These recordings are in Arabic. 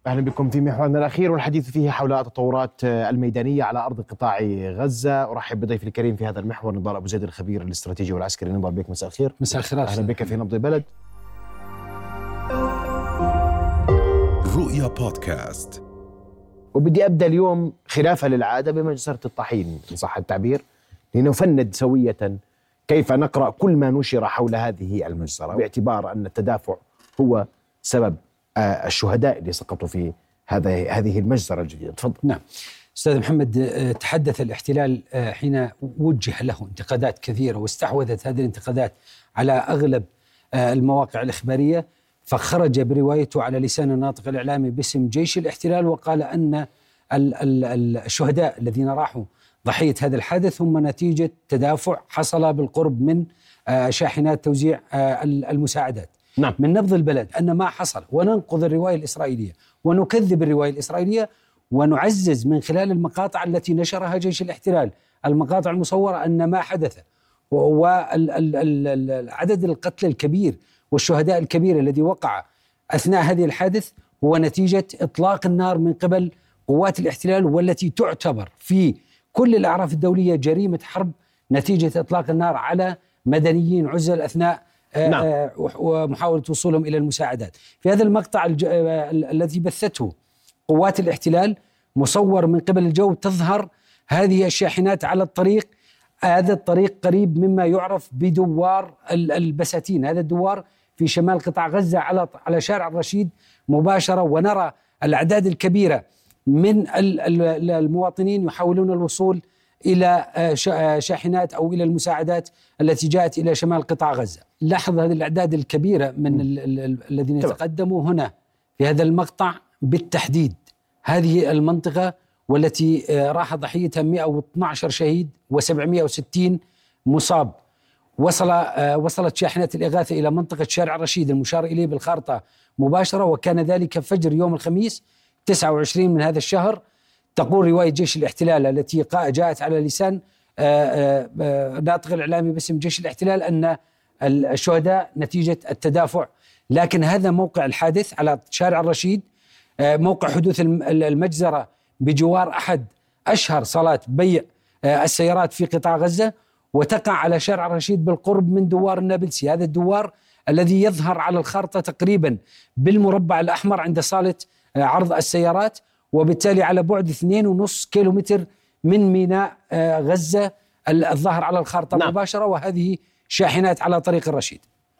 أهلا بكم في محورنا الأخير والحديث فيه حول التطورات الميدانية على أرض قطاع غزة. أرحب بضيفي الكريم في هذا المحور نضال أبو زيد الخبير الاستراتيجي والعسكري. نضال بك، مساء الخير. مساء الخير. أهلا بك في نبض البلد. رؤيا بودكاست. وبدي أبدأ اليوم خلافا للعادة بمجزرة الطحين إن صح التعبير، لنفند سوية كيف نقرأ كل ما نشر حول هذه المجزرة، باعتبار أن التدافع هو سبب الشهداء اللي سقطوا في هذه المجزرة الجديدة. تفضل. نعم أستاذ محمد، تحدث الاحتلال حين وجه له انتقادات كثيرة واستحوذت هذه الانتقادات على أغلب المواقع الإخبارية، فخرج بروايته على لسان الناطق الإعلامي باسم جيش الاحتلال وقال أن الشهداء الذين راحوا ضحية هذا الحادث هم نتيجة تدافع حصل بالقرب من شاحنات توزيع المساعدات. نعم. من نبض البلد أن ما حصل وننقض الرواية الإسرائيلية ونكذب الرواية الإسرائيلية ونعزز من خلال المقاطع التي نشرها جيش الاحتلال، المقاطع المصورة، أن ما حدث وعدد القتلى الكبير والشهداء الكبير الذي وقع أثناء هذه الحادث هو نتيجة إطلاق النار من قبل قوات الاحتلال، والتي تعتبر في كل الأعراف الدولية جريمة حرب نتيجة إطلاق النار على مدنيين عزل أثناء ومحاولة وصولهم إلى المساعدات. في هذا المقطع الذي بثته قوات الاحتلال مصور من قبل الجو تظهر هذه الشاحنات على الطريق. هذا الطريق قريب مما يعرف بدوار البساتين، هذا الدوار في شمال قطاع غزة على شارع الرشيد مباشرة، ونرى الأعداد الكبيرة من المواطنين يحاولون الوصول إلى شاحنات أو إلى المساعدات التي جاءت إلى شمال قطاع غزة. لاحظ هذه الأعداد الكبيرة من الذين يتقدموا هنا في هذا المقطع بالتحديد. هذه المنطقة والتي راح ضحيتها 112 شهيد و760 مصاب. وصلت شاحنات الإغاثة إلى منطقة شارع الرشيد المشار إليه بالخارطة مباشرة، وكان ذلك فجر يوم الخميس 29 من هذا الشهر. تقول رواية جيش الاحتلال التي جاءت على لسان ناطق الإعلامي باسم جيش الاحتلال أن الشهداء نتيجة التدافع، لكن هذا موقع الحادث على شارع الرشيد، موقع حدوث المجزرة بجوار أحد أشهر صالات بيع السيارات في قطاع غزة، وتقع على شارع الرشيد بالقرب من دوار النابلسي، هذا الدوار الذي يظهر على الخارطة تقريبا بالمربع الأحمر عند صالة عرض السيارات، وبالتالي على بعد 2.5 كيلومتر من ميناء غزة الظاهر على الخارطة. نعم. مباشرة، وهذه شاحنات على طريق الرشيد.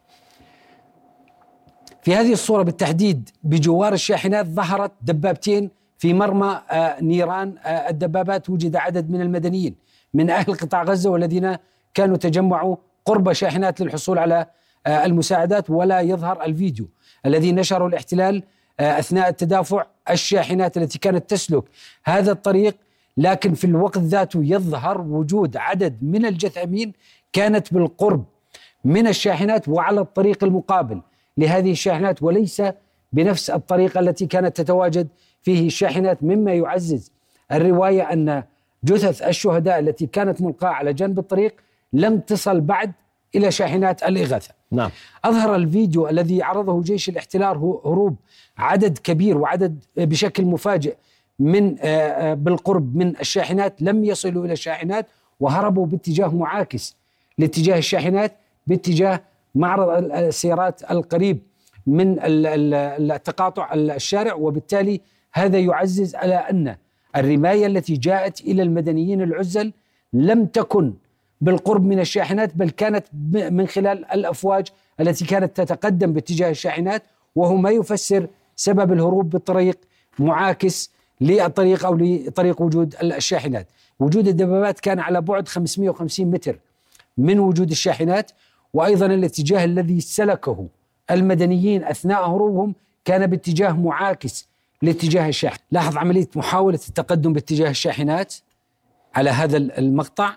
في هذه الصورة بالتحديد بجوار الشاحنات ظهرت دبابتين في مرمى نيران الدبابات. وجد عدد من المدنيين من أهل قطاع غزة والذين كانوا تجمعوا قرب شاحنات للحصول على المساعدات، ولا يظهر الفيديو الذي نشره الاحتلال أثناء التدافع الشاحنات التي كانت تسلك هذا الطريق، لكن في الوقت ذاته يظهر وجود عدد من الجثامين كانت بالقرب من الشاحنات وعلى الطريق المقابل لهذه الشاحنات، وليس بنفس الطريقة التي كانت تتواجد فيه الشاحنات، مما يعزز الرواية أن جثث الشهداء التي كانت ملقاة على جنب الطريق لم تصل بعد إلى شاحنات الإغاثة. نعم. أظهر الفيديو الذي عرضه جيش الاحتلال هروب عدد كبير وعدد بشكل مفاجئ من بالقرب من الشاحنات، لم يصلوا إلى الشاحنات وهربوا باتجاه معاكس لاتجاه الشاحنات، باتجاه معرض السيارات القريب من التقاطع الشارع. وبالتالي هذا يعزز على أن الرماية التي جاءت إلى المدنيين العزل لم تكن بالقرب من الشاحنات، بل كانت من خلال الأفواج التي كانت تتقدم باتجاه الشاحنات، وهو ما يفسر سبب الهروب بالطريق معاكس للطريق أو لطريق وجود الشاحنات. وجود الدبابات كان على بعد 550 متر من وجود الشاحنات، وأيضا الاتجاه الذي سلكه المدنيين أثناء هروبهم كان باتجاه معاكس لاتجاه الشاحن. لاحظ عملية محاولة التقدم باتجاه الشاحنات على هذا المقطع،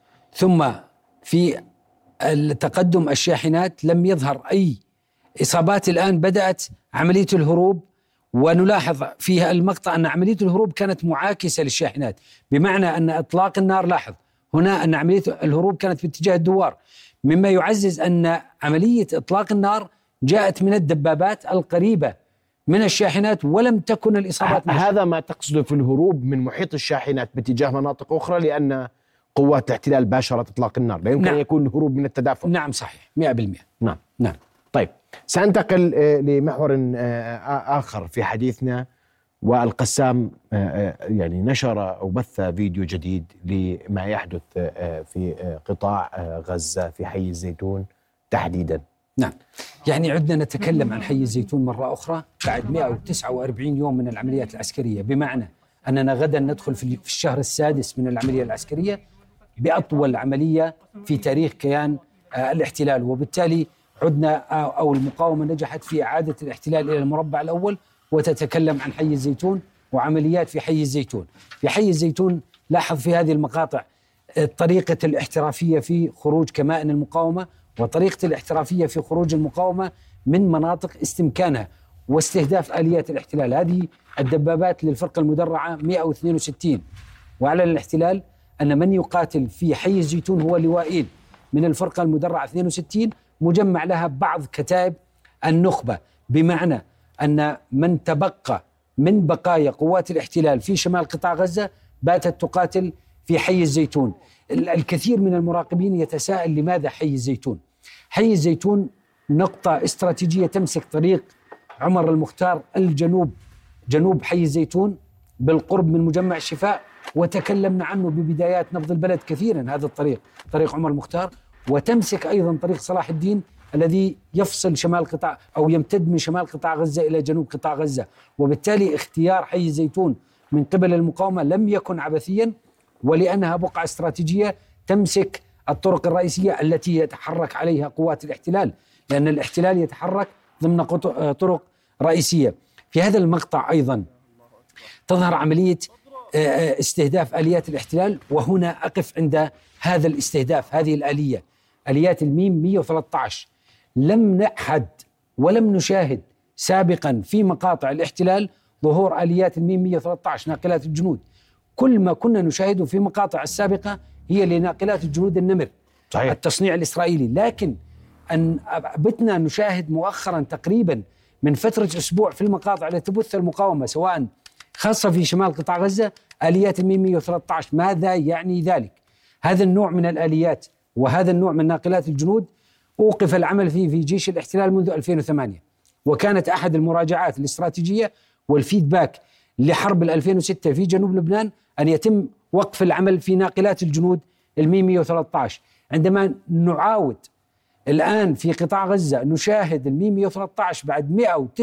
ثم في التقدم الشاحنات لم يظهر أي إصابات. الآن بدأت عملية الهروب، ونلاحظ في المقطع أن عملية الهروب كانت معاكسة للشاحنات، بمعنى أن إطلاق النار، لاحظ هنا أن عملية الهروب كانت باتجاه الدوار، مما يعزز أن عملية إطلاق النار جاءت من الدبابات القريبة من الشاحنات ولم تكن الإصابات هذا ما تقصده في الهروب من محيط الشاحنات باتجاه مناطق أخرى، لأن قوات الاحتلال باشرت إطلاق النار، لا يمكن أن يكون الهروب من التدافع. نعم صحيح 100%. نعم. طيب سأنتقل لمحور آخر في حديثنا، والقسام يعني نشر أو بث فيديو جديد لما يحدث في قطاع غزة في حي الزيتون تحديدا. نعم، يعني عدنا نتكلم عن حي الزيتون مرة أخرى بعد 149 يوم من العمليات العسكرية، بمعنى أننا غدا ندخل في الشهر السادس من العملية العسكرية بأطول عملية في تاريخ كيان الاحتلال، وبالتالي عدنا أو المقاومة نجحت في إعادة الاحتلال إلى المربع الأول، وتتكلم عن حي الزيتون وعمليات في حي الزيتون. في حي الزيتون لاحظ في هذه المقاطع طريقة الاحترافية في خروج كمائن المقاومة، وطريقة الاحترافية في خروج المقاومة من مناطق استمكانها واستهداف آليات الاحتلال. هذه الدبابات للفرقة المدرعة 162، وعلى الاحتلال أن من يقاتل في حي الزيتون هو لوائين من الفرقة المدرعة 62 مجمع لها بعض كتائب النخبة، بمعنى أن من تبقى من بقايا قوات الاحتلال في شمال قطاع غزة باتت تقاتل في حي الزيتون. الكثير من المراقبين يتساءل لماذا حي الزيتون؟ حي الزيتون نقطة استراتيجية تمسك طريق عمر المختار الجنوب، جنوب حي الزيتون بالقرب من مجمع الشفاء، وتكلمنا عنه ببدايات نبض البلد كثيرا. هذا الطريق طريق عمر المختار، وتمسك أيضا طريق صلاح الدين الذي يفصل شمال قطاع أو يمتد من شمال قطاع غزة إلى جنوب قطاع غزة. وبالتالي اختيار حي الزيتون من قبل المقاومة لم يكن عبثيا، ولأنها بقعة استراتيجية تمسك الطرق الرئيسية التي يتحرك عليها قوات الاحتلال، لأن الاحتلال يتحرك ضمن طرق رئيسية. في هذا المقطع أيضا تظهر عملية استهداف آليات الاحتلال، وهنا أقف عند هذا الاستهداف، هذه الآلية، آليات الميم 113. لم نحد ولم نشاهد سابقا في مقاطع الاحتلال ظهور آليات الميم 113 ناقلات الجنود. كل ما كنا نشاهده في مقاطع السابقة هي لناقلات الجنود النمر، صحيح، التصنيع الإسرائيلي. لكن أن بتنا نشاهد مؤخرا تقريبا من فترة أسبوع في المقاطع التي تبث المقاومة سواء خاصة في شمال قطاع غزة آليات الميم 113. ماذا يعني ذلك؟ هذا النوع من الآليات وهذا النوع من ناقلات الجنود أوقف العمل فيه في جيش الاحتلال منذ 2008، وكانت أحد المراجعات الاستراتيجية والفيدباك لحرب 2006 في جنوب لبنان أن يتم وقف العمل في ناقلات الجنود الميم 113. عندما نعاود الآن في قطاع غزة نشاهد الميم 113 بعد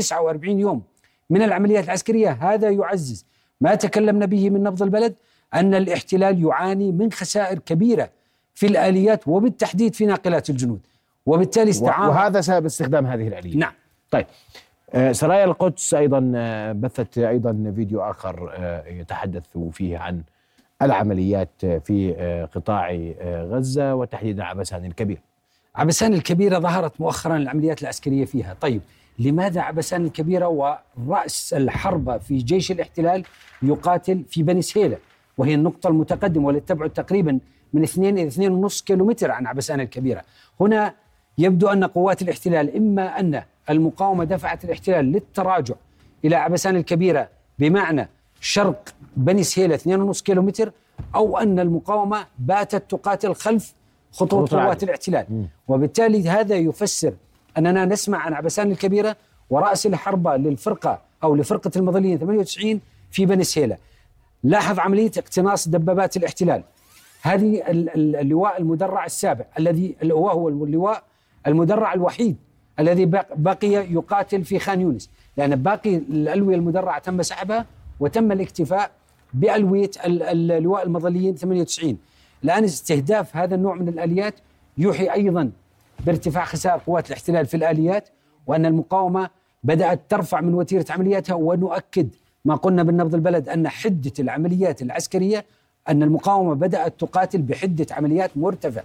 149 يوم من العمليات العسكرية، هذا يعزز ما تكلمنا به من نبض البلد، أن الاحتلال يعاني من خسائر كبيرة في الآليات وبالتحديد في ناقلات الجنود، وبالتالي وهذا سبب استخدام هذه الآلية. نعم. طيب سرايا القدس أيضا بثت أيضا فيديو آخر يتحدث فيه عن العمليات في قطاع غزة وتحديدا عبسان الكبير. عبسان الكبيرة ظهرت مؤخرا العمليات العسكرية فيها. طيب لماذا عبسان الكبيرة ورأس الحربة في جيش الاحتلال يقاتل في بني سهيلة، وهي النقطة المتقدمة والتي تبعد تقريبا من 2 إلى 2.5 كيلومتر عن عبسان الكبيرة؟ هنا يبدو أن قوات الاحتلال إما أن المقاومة دفعت الاحتلال للتراجع إلى عبسان الكبيرة بمعنى شرق بني سهيلة 2.5 كيلومتر، أو أن المقاومة باتت تقاتل خلف خطوط قوات الاحتلال. وبالتالي هذا يفسر أننا نسمع عن عبسان الكبيرة ورأس الحربة للفرقة أو لفرقة المظليين 98 في بني سهيلة. لاحظ عملية اقتناص دبابات الاحتلال. هذه اللواء المدرع السابع الذي هو اللواء المدرع الوحيد الذي بقي يقاتل في خان يونس، لأن باقي الألوية المدرعة تم سحبها وتم الاكتفاء بألوية اللواء المظليين 98. الآن استهداف هذا النوع من الآليات يوحي أيضا بارتفاع خسائر قوات الاحتلال في الآليات، وأن المقاومة بدأت ترفع من وتيرة عملياتها. ونؤكد ما قلنا بالنبض البلد أن حدة العمليات العسكرية، أن المقاومة بدأت تقاتل بحدة عمليات مرتفعة.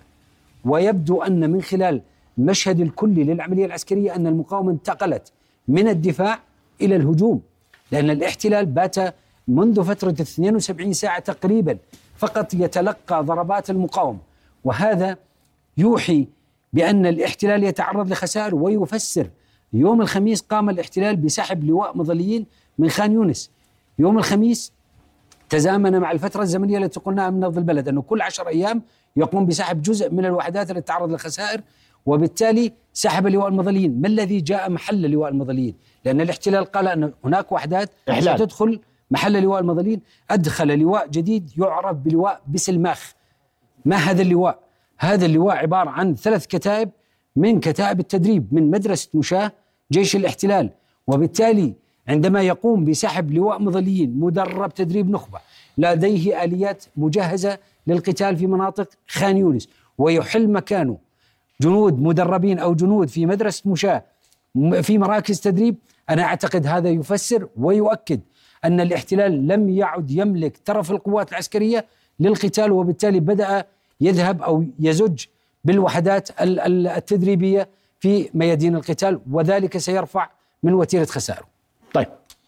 ويبدو أن من خلال المشهد الكلي للعملية العسكرية أن المقاومة انتقلت من الدفاع إلى الهجوم، لأن الاحتلال بات منذ فترة 72 ساعة تقريبا فقط يتلقى ضربات المقاومة، وهذا يوحي بأن الاحتلال يتعرض لخسائر، ويفسر يوم الخميس قام الاحتلال بسحب لواء مظليين من خان يونس. يوم الخميس تزامن مع الفترة الزمنية التي قلناها من نبض البلد، أنه كل 10 أيام يقوم بسحب جزء من الوحدات التي تعرض للخسائر، وبالتالي سحب لواء المظليين. ما الذي جاء محل لواء المظليين؟ لأن الاحتلال قال أن هناك وحدات ستدخل محل لواء المظليين، أدخل لواء جديد يعرف بلواء بسلماخ. ما هذا اللواء؟ هذا اللواء عبارة عن 3 كتائب من كتائب التدريب من مدرسة مشاة جيش الاحتلال، وبالتالي عندما يقوم بسحب لواء مظليين مدرب تدريب نخبة لديه آليات مجهزة للقتال في مناطق خان يونس، ويحل مكانه جنود مدربين أو جنود في مدرسة مشاة في مراكز تدريب، أنا أعتقد هذا يفسر ويؤكد أن الاحتلال لم يعد يملك طرف القوات العسكرية للقتال، وبالتالي بدأ يذهب أو يزج بالوحدات التدريبية في ميادين القتال، وذلك سيرفع من وتيرة خسائره. طيب،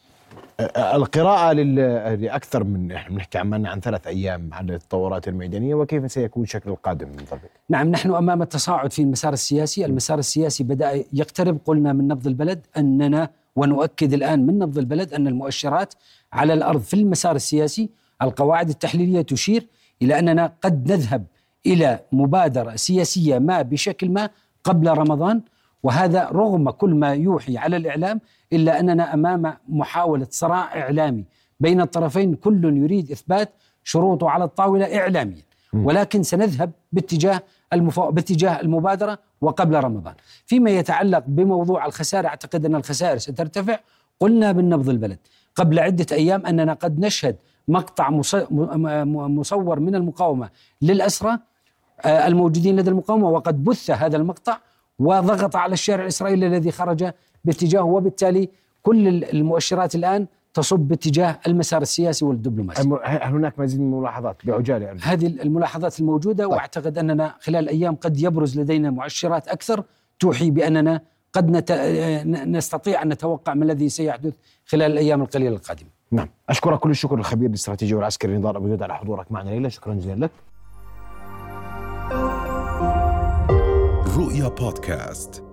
القراءة لأكثر من، احنا بنحكي عن 3 أيام على التطورات الميدانية، وكيف سيكون شكل القادم من ضربة؟ نعم، نحن أمام التصاعد في المسار السياسي. المسار السياسي بدأ يقترب، قلنا من نبض البلد أننا، ونؤكد الآن من نبض البلد، أن المؤشرات على الأرض في المسار السياسي، القواعد التحليلية تشير إلى أننا قد نذهب إلى مبادرة سياسية ما بشكل ما قبل رمضان، وهذا رغم كل ما يوحي على الإعلام، إلا أننا أمام محاولة صراع إعلامي بين الطرفين، كل يريد إثبات شروطه على الطاولة إعلاميا، ولكن سنذهب باتجاه المبادرة وقبل رمضان. فيما يتعلق بموضوع الخسائر، أعتقد أن الخسائر سترتفع. قلنا بالنبض البلد قبل عدة أيام أننا قد نشهد مقطع مصور من المقاومة للأسرى الموجودين لدى المقاومة، وقد بث هذا المقطع وضغط على الشارع الإسرائيلي الذي خرج باتجاهه، وبالتالي كل المؤشرات الآن تصب باتجاه المسار السياسي والدبلوماسي. هل هناك مزيد من الملاحظات بعجالة؟ هذه الملاحظات الموجودة. طيب. وأعتقد أننا خلال الأيام قد يبرز لدينا مؤشرات أكثر توحي بأننا قد نستطيع أن نتوقع ما الذي سيحدث خلال الأيام القليلة القادمة. نعم، أشكرك كل الشكر الخبير الاستراتيجي والعسكري نضال أبو زيد على حضورك معنا ليلة. شكرا جزيلا لك. رؤيا بودكاست.